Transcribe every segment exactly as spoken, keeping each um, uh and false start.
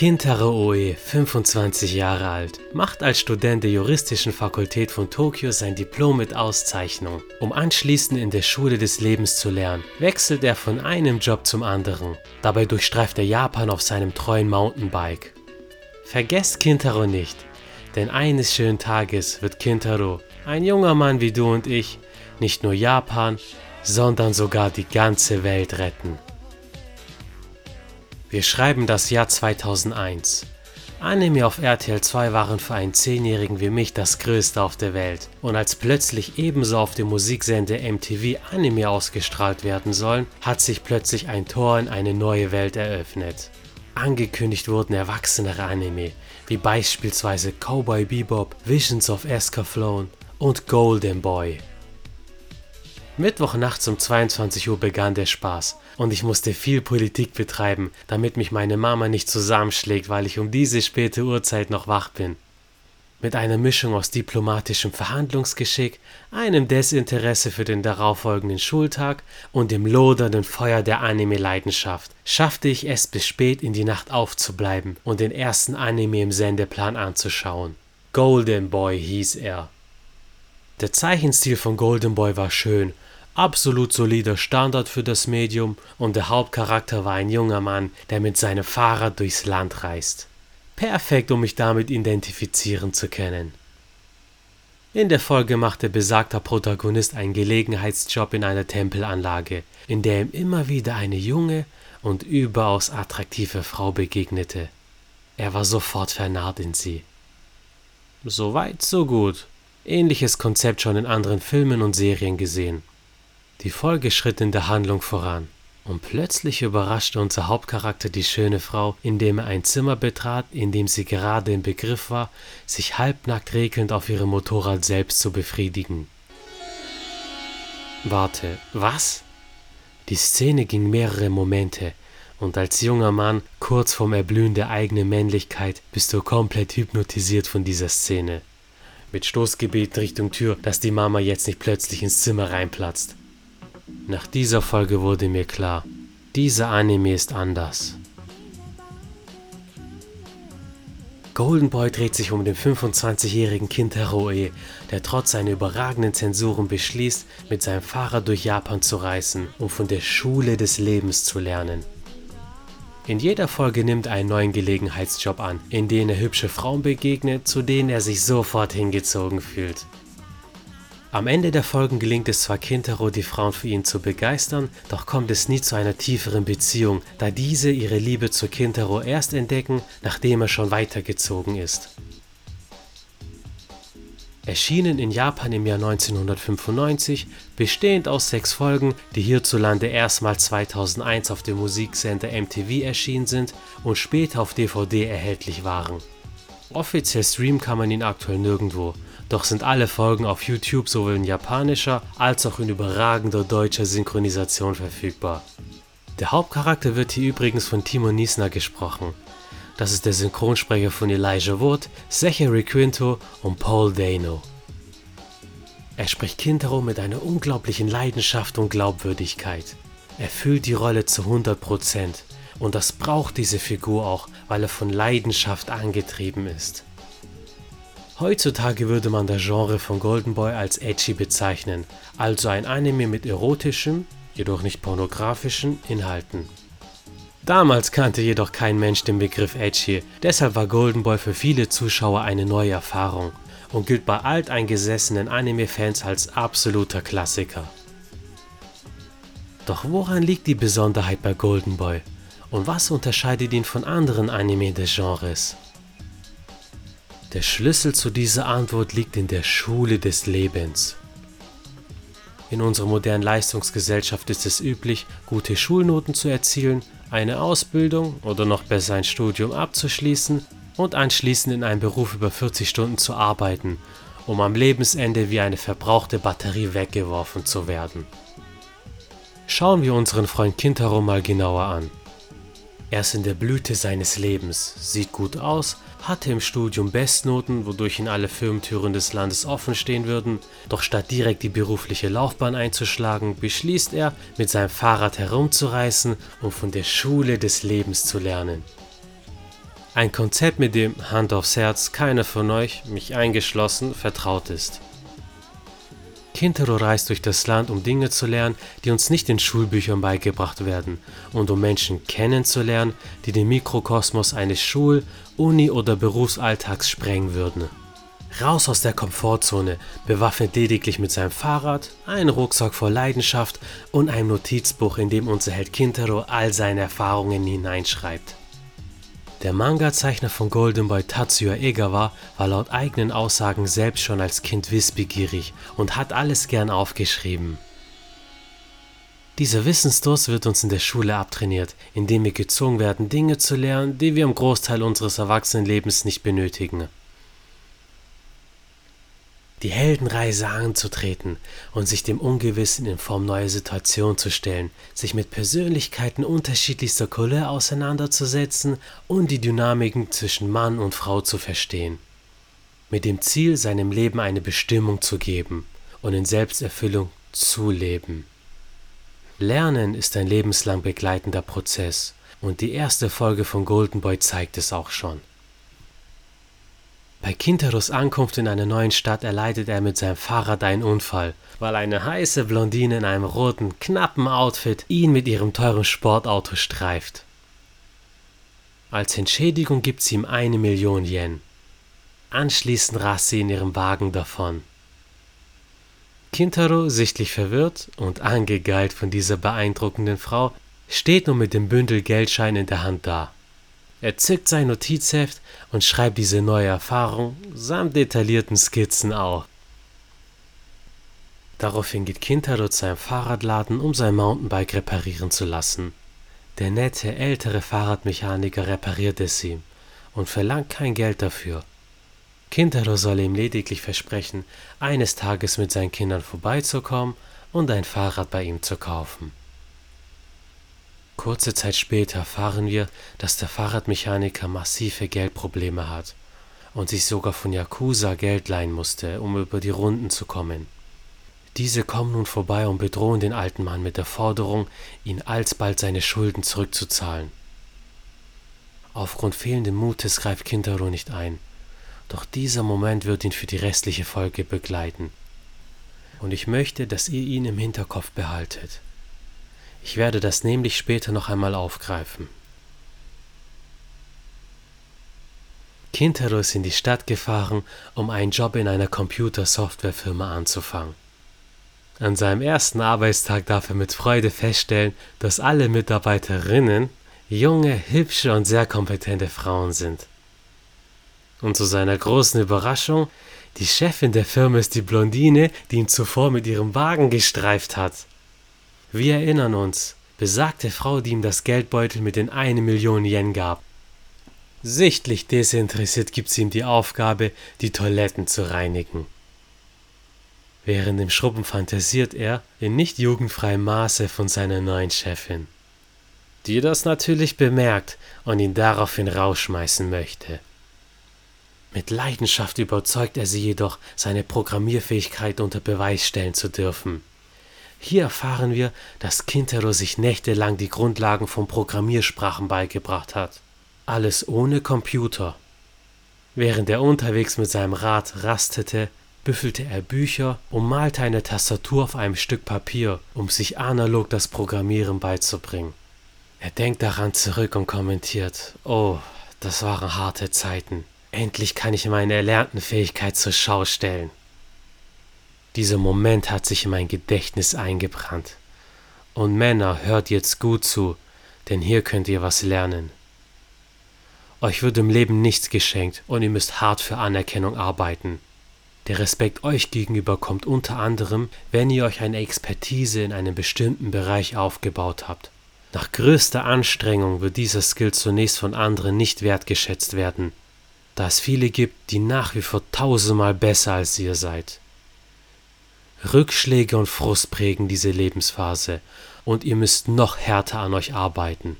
Kintaro Oe, fünfundzwanzig Jahre alt, macht als Student der Juristischen Fakultät von Tokio sein Diplom mit Auszeichnung. Um anschließend in der Schule des Lebens zu lernen, wechselt er von einem Job zum anderen. Dabei durchstreift er Japan auf seinem treuen Mountainbike. Vergesst Kintaro nicht, denn eines schönen Tages wird Kintaro, ein junger Mann wie du und ich, nicht nur Japan, sondern sogar die ganze Welt retten. Wir schreiben das Jahr zweitausendeins. Anime auf R T L zwei waren für einen Zehnjährigen wie mich das Größte auf der Welt. Und als plötzlich ebenso auf dem Musiksender M T V Anime ausgestrahlt werden sollen, hat sich plötzlich ein Tor in eine neue Welt eröffnet. Angekündigt wurden erwachsenere Anime, wie beispielsweise Cowboy Bebop, Visions of Escaflowne und Golden Boy. Mittwochnachts um zweiundzwanzig Uhr begann der Spaß und ich musste viel Politik betreiben, damit mich meine Mama nicht zusammenschlägt, weil ich um diese späte Uhrzeit noch wach bin. Mit einer Mischung aus diplomatischem Verhandlungsgeschick, einem Desinteresse für den darauffolgenden Schultag und dem lodernden Feuer der Anime-Leidenschaft schaffte ich es bis spät in die Nacht aufzubleiben und den ersten Anime im Sendeplan anzuschauen. Golden Boy hieß er. Der Zeichenstil von Golden Boy war schön, absolut solider Standard für das Medium und der Hauptcharakter war ein junger Mann, der mit seinem Fahrrad durchs Land reist. Perfekt, um mich damit identifizieren zu können. In der Folge machte besagter Protagonist einen Gelegenheitsjob in einer Tempelanlage, in der ihm immer wieder eine junge und überaus attraktive Frau begegnete. Er war sofort vernarrt in sie. So weit, so gut. Ähnliches Konzept schon in anderen Filmen und Serien gesehen. Die Folge schritt in der Handlung voran und plötzlich überraschte unser Hauptcharakter die schöne Frau, indem er ein Zimmer betrat, in dem sie gerade im Begriff war, sich halbnackt regelnd auf ihrem Motorrad selbst zu befriedigen. Warte, was? Die Szene ging mehrere Momente und als junger Mann, kurz vorm Erblühen der eigenen Männlichkeit, bist du komplett hypnotisiert von dieser Szene. Mit Stoßgebet Richtung Tür, dass die Mama jetzt nicht plötzlich ins Zimmer reinplatzt. Nach dieser Folge wurde mir klar, dieser Anime ist anders. Golden Boy dreht sich um den fünfundzwanzigjährigen Kintaro Oe, der trotz seiner überragenden Zensuren beschließt, mit seinem Fahrrad durch Japan zu reisen, um von der Schule des Lebens zu lernen. In jeder Folge nimmt er einen neuen Gelegenheitsjob an, in dem er hübsche Frauen begegnet, zu denen er sich sofort hingezogen fühlt. Am Ende der Folgen gelingt es zwar Kintaro, die Frauen für ihn zu begeistern, doch kommt es nie zu einer tieferen Beziehung, da diese ihre Liebe zu Kintaro erst entdecken, nachdem er schon weitergezogen ist. Erschienen in Japan im Jahr neunzehnhundertfünfundneunzig, bestehend aus sechs Folgen, die hierzulande erstmals zweitausendeins auf dem Musiksender M T V erschienen sind und später auf D V D erhältlich waren. Offiziell streamen kann man ihn aktuell nirgendwo, doch sind alle Folgen auf YouTube sowohl in japanischer als auch in überragender deutscher Synchronisation verfügbar. Der Hauptcharakter wird hier übrigens von Timo Niesner gesprochen. Das ist der Synchronsprecher von Elijah Wood, Zachary Quinto und Paul Dano. Er spricht Kintaro mit einer unglaublichen Leidenschaft und Glaubwürdigkeit. Er fühlt die Rolle zu hundert Prozent und das braucht diese Figur auch, weil er von Leidenschaft angetrieben ist. Heutzutage würde man das Genre von Golden Boy als Ecchi bezeichnen, also ein Anime mit erotischen, jedoch nicht pornografischen Inhalten. Damals kannte jedoch kein Mensch den Begriff Ecchi, deshalb war Golden Boy für viele Zuschauer eine neue Erfahrung und gilt bei alteingesessenen Anime-Fans als absoluter Klassiker. Doch woran liegt die Besonderheit bei Golden Boy und was unterscheidet ihn von anderen Anime des Genres? Der Schlüssel zu dieser Antwort liegt in der Schule des Lebens. In unserer modernen Leistungsgesellschaft ist es üblich, gute Schulnoten zu erzielen, eine Ausbildung oder noch besser ein Studium abzuschließen und anschließend in einem Beruf über vierzig Stunden zu arbeiten, um am Lebensende wie eine verbrauchte Batterie weggeworfen zu werden. Schauen wir unseren Freund Kintaro mal genauer an. Er ist in der Blüte seines Lebens, sieht gut aus, hatte im Studium Bestnoten, wodurch ihm alle Firmentüren des Landes offen stehen würden, doch statt direkt die berufliche Laufbahn einzuschlagen, beschließt er, mit seinem Fahrrad herumzureisen, um von der Schule des Lebens zu lernen. Ein Konzept, mit dem, Hand aufs Herz, keiner von euch, mich eingeschlossen, vertraut ist. Kintaro reist durch das Land, um Dinge zu lernen, die uns nicht in Schulbüchern beigebracht werden, und um Menschen kennenzulernen, die den Mikrokosmos eines Schul-, Uni- oder Berufsalltags sprengen würden. Raus aus der Komfortzone, bewaffnet lediglich mit seinem Fahrrad, einem Rucksack voll Leidenschaft und einem Notizbuch, in dem unser Held Kintaro all seine Erfahrungen hineinschreibt. Der Manga-Zeichner von Golden Boy, Tatsuya Egawa, war laut eigenen Aussagen selbst schon als Kind wissbegierig und hat alles gern aufgeschrieben. Dieser Wissensdurst wird uns in der Schule abtrainiert, indem wir gezwungen werden, Dinge zu lernen, die wir im Großteil unseres Erwachsenenlebens nicht benötigen. Die Heldenreise anzutreten und sich dem Ungewissen in Form neuer Situationen zu stellen, sich mit Persönlichkeiten unterschiedlichster Couleur auseinanderzusetzen und die Dynamiken zwischen Mann und Frau zu verstehen. Mit dem Ziel, seinem Leben eine Bestimmung zu geben und in Selbsterfüllung zu leben. Lernen ist ein lebenslang begleitender Prozess und die erste Folge von Golden Boy zeigt es auch schon. Bei Kintaros Ankunft in einer neuen Stadt erleidet er mit seinem Fahrrad einen Unfall, weil eine heiße Blondine in einem roten, knappen Outfit ihn mit ihrem teuren Sportauto streift. Als Entschädigung gibt sie ihm eine Million Yen. Anschließend rast sie in ihrem Wagen davon. Kintaro, sichtlich verwirrt und angegeilt von dieser beeindruckenden Frau, steht nun mit dem Bündel Geldscheine in der Hand da. Er zückt sein Notizheft und schreibt diese neue Erfahrung samt detaillierten Skizzen auf. Daraufhin geht Kintaro zu einem Fahrradladen, um sein Mountainbike reparieren zu lassen. Der nette, ältere Fahrradmechaniker repariert es ihm und verlangt kein Geld dafür. Kintaro soll ihm lediglich versprechen, eines Tages mit seinen Kindern vorbeizukommen und ein Fahrrad bei ihm zu kaufen. Kurze Zeit später erfahren wir, dass der Fahrradmechaniker massive Geldprobleme hat und sich sogar von Yakuza Geld leihen musste, um über die Runden zu kommen. Diese kommen nun vorbei und bedrohen den alten Mann mit der Forderung, ihn alsbald seine Schulden zurückzuzahlen. Aufgrund fehlenden Mutes greift Kintaro nicht ein, doch dieser Moment wird ihn für die restliche Folge begleiten. Und ich möchte, dass ihr ihn im Hinterkopf behaltet. Ich werde das nämlich später noch einmal aufgreifen. Kintaro ist in die Stadt gefahren, um einen Job in einer Computersoftwarefirma anzufangen. An seinem ersten Arbeitstag darf er mit Freude feststellen, dass alle Mitarbeiterinnen junge, hübsche und sehr kompetente Frauen sind. Und zu seiner großen Überraschung, die Chefin der Firma ist die Blondine, die ihn zuvor mit ihrem Wagen gestreift hat. Wir erinnern uns, besagte Frau, die ihm das Geldbeutel mit den eine Million Yen gab. Sichtlich desinteressiert gibt sie ihm die Aufgabe, die Toiletten zu reinigen. Während dem Schrubben fantasiert er in nicht jugendfreiem Maße von seiner neuen Chefin, die das natürlich bemerkt und ihn daraufhin rausschmeißen möchte. Mit Leidenschaft überzeugt er sie jedoch, seine Programmierfähigkeit unter Beweis stellen zu dürfen. Hier erfahren wir, dass Kintaro sich nächtelang die Grundlagen von Programmiersprachen beigebracht hat. Alles ohne Computer. Während er unterwegs mit seinem Rad rastete, büffelte er Bücher und malte eine Tastatur auf einem Stück Papier, um sich analog das Programmieren beizubringen. Er denkt daran zurück und kommentiert: Oh, das waren harte Zeiten. Endlich kann ich meine erlernten Fähigkeiten zur Schau stellen. Dieser Moment hat sich in mein Gedächtnis eingebrannt. Und Männer, hört jetzt gut zu, denn hier könnt ihr was lernen. Euch wird im Leben nichts geschenkt und ihr müsst hart für Anerkennung arbeiten. Der Respekt euch gegenüber kommt unter anderem, wenn ihr euch eine Expertise in einem bestimmten Bereich aufgebaut habt. Nach größter Anstrengung wird dieser Skill zunächst von anderen nicht wertgeschätzt werden, da es viele gibt, die nach wie vor tausendmal besser als ihr seid. Rückschläge und Frust prägen diese Lebensphase und ihr müsst noch härter an euch arbeiten.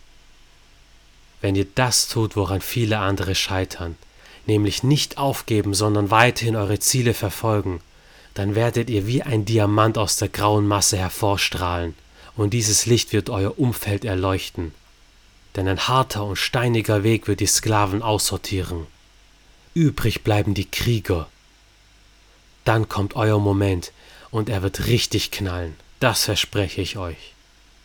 Wenn ihr das tut, woran viele andere scheitern, nämlich nicht aufgeben, sondern weiterhin eure Ziele verfolgen, dann werdet ihr wie ein Diamant aus der grauen Masse hervorstrahlen und dieses Licht wird euer Umfeld erleuchten. denn ein harter und steiniger Weg wird die Sklaven aussortieren. Übrig bleiben die Krieger. Dann kommt euer Moment und er wird richtig knallen, das verspreche ich euch.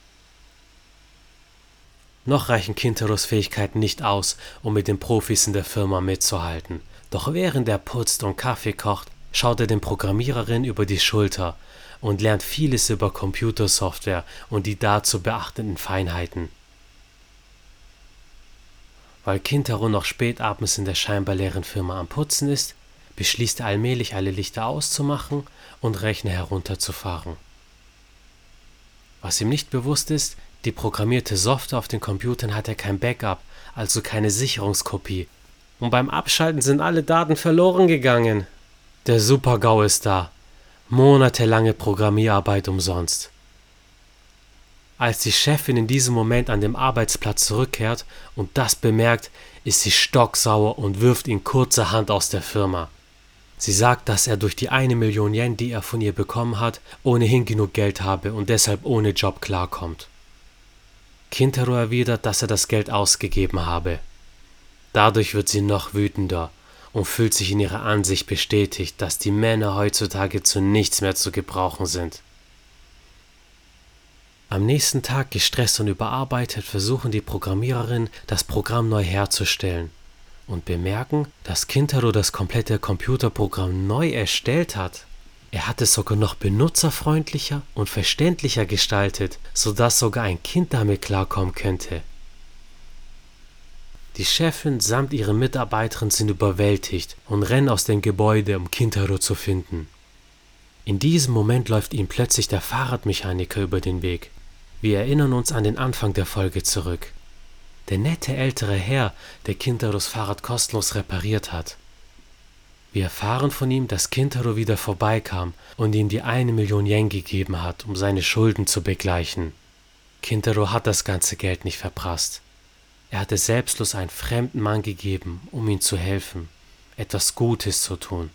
Noch reichen Kintaros Fähigkeiten nicht aus, um mit den Profis in der Firma mitzuhalten. Doch während er putzt und Kaffee kocht, schaut er den Programmiererinnen über die Schulter und lernt vieles über Computersoftware und die dazu beachtenden Feinheiten. Weil Kintaro noch spät abends in der scheinbar leeren Firma am Putzen ist, beschließt er allmählich alle Lichter auszumachen und Rechner herunterzufahren. Was ihm nicht bewusst ist, die programmierte Software auf den Computern hat er kein Backup, also keine Sicherungskopie. Und beim Abschalten sind alle Daten verloren gegangen. Der Super-GAU ist da. Monatelange Programmierarbeit umsonst. Als die Chefin in diesem Moment an dem Arbeitsplatz zurückkehrt und das bemerkt, ist sie stocksauer und wirft ihn kurzerhand aus der Firma. Sie sagt, dass er durch die eine Million Yen, die er von ihr bekommen hat, ohnehin genug Geld habe und deshalb ohne Job klarkommt. Kintaro erwidert, dass er das Geld ausgegeben habe. Dadurch wird sie noch wütender und fühlt sich in ihrer Ansicht bestätigt, dass die Männer heutzutage zu nichts mehr zu gebrauchen sind. Am nächsten Tag, gestresst und überarbeitet, versuchen die Programmiererinnen, das Programm neu herzustellen und bemerken, dass Kintaro das komplette Computerprogramm neu erstellt hat. Er hat es sogar noch benutzerfreundlicher und verständlicher gestaltet, sodass sogar ein Kind damit klarkommen könnte. Die Chefin samt ihren Mitarbeitern sind überwältigt und rennen aus dem Gebäude, um Kintaro zu finden. In diesem Moment läuft ihm plötzlich der Fahrradmechaniker über den Weg. Wir erinnern uns an den Anfang der Folge zurück. Der nette ältere Herr, der Kintaros Fahrrad kostenlos repariert hat. Wir erfahren von ihm, dass Kintaro wieder vorbeikam und ihm die eine Million Yen gegeben hat, um seine Schulden zu begleichen. Kintaro hat das ganze Geld nicht verprasst. Er hatte selbstlos einen fremden Mann gegeben, um ihm zu helfen, etwas Gutes zu tun.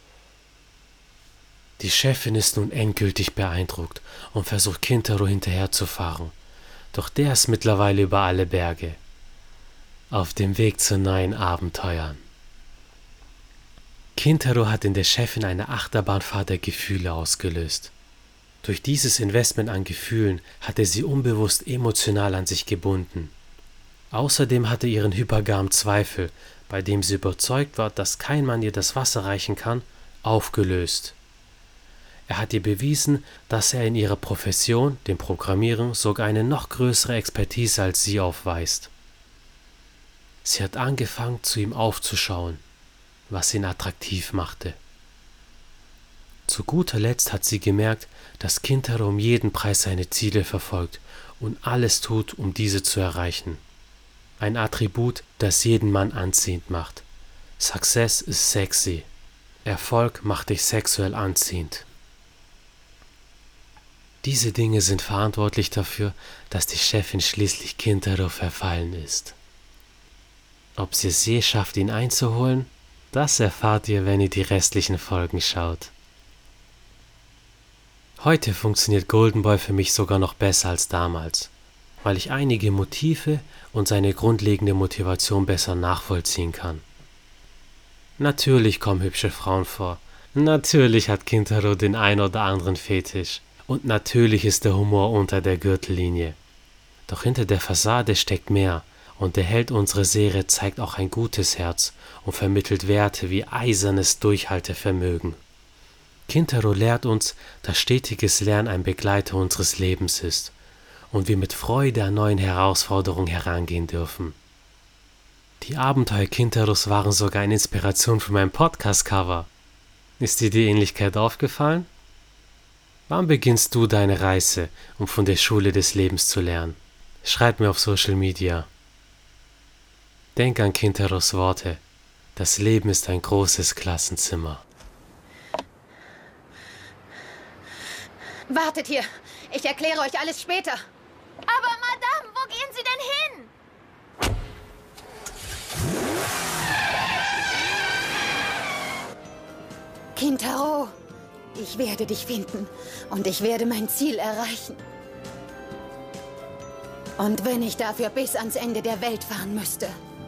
Die Chefin ist nun endgültig beeindruckt und versucht Kintaro hinterherzufahren, doch der ist mittlerweile über alle Berge, auf dem Weg zu neuen Abenteuern. Kintaro hat in der Chefin eine Achterbahnfahrt der Gefühle ausgelöst. Durch dieses Investment an Gefühlen hat er sie unbewusst emotional an sich gebunden. Außerdem hatte ihren hypergamen Zweifel, bei dem sie überzeugt war, dass kein Mann ihr das Wasser reichen kann, aufgelöst. Er hat ihr bewiesen, dass er in ihrer Profession, dem Programmieren, sogar eine noch größere Expertise als sie aufweist. Sie hat angefangen, zu ihm aufzuschauen, was ihn attraktiv machte. Zu guter Letzt hat sie gemerkt, dass Kintaro um jeden Preis seine Ziele verfolgt und alles tut, um diese zu erreichen. Ein Attribut, das jeden Mann anziehend macht. Success ist sexy. Erfolg macht dich sexuell anziehend. Diese Dinge sind verantwortlich dafür, dass die Chefin schließlich Kintaro verfallen ist. Ob sie es je schafft, ihn einzuholen, das erfahrt ihr, wenn ihr die restlichen Folgen schaut. Heute funktioniert Golden Boy für mich sogar noch besser als damals, weil ich einige Motive und seine grundlegende Motivation besser nachvollziehen kann. Natürlich kommen hübsche Frauen vor, natürlich hat Kintaro den ein oder anderen Fetisch und natürlich ist der Humor unter der Gürtellinie. Doch hinter der Fassade steckt mehr und der Held unserer Serie zeigt auch ein gutes Herz und vermittelt Werte wie eisernes Durchhaltevermögen. Kintaro lehrt uns, dass stetiges Lernen ein Begleiter unseres Lebens ist und wir mit Freude an neuen Herausforderungen herangehen dürfen. Die Abenteuer Kintaros waren sogar eine Inspiration für mein Podcast-Cover. Ist dir die Ähnlichkeit aufgefallen? Wann beginnst du deine Reise, um von der Schule des Lebens zu lernen? Schreib mir auf Social Media. Denk an Kintaros Worte. Das Leben ist ein großes Klassenzimmer. Wartet hier. Ich erkläre euch alles später. Aber Madame, wo gehen Sie denn hin? Kintaro, ich werde dich finden und ich werde mein Ziel erreichen. Und wenn ich dafür bis ans Ende der Welt fahren müsste.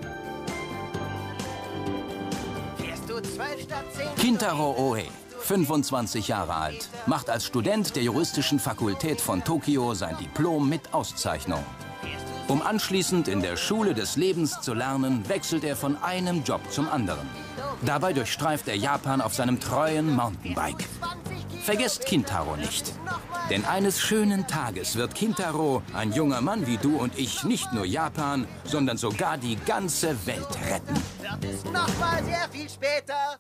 Kintaro Oe, fünfundzwanzig Jahre alt, macht als Student der juristischen Fakultät von Tokio sein Diplom mit Auszeichnung. Um anschließend in der Schule des Lebens zu lernen, wechselt er von einem Job zum anderen. Dabei durchstreift er Japan auf seinem treuen Mountainbike. Vergesst Kintaro nicht. Denn eines schönen Tages wird Kintaro, ein junger Mann wie du und ich, nicht nur Japan, sondern sogar die ganze Welt retten. Wird es noch mal sehr viel später.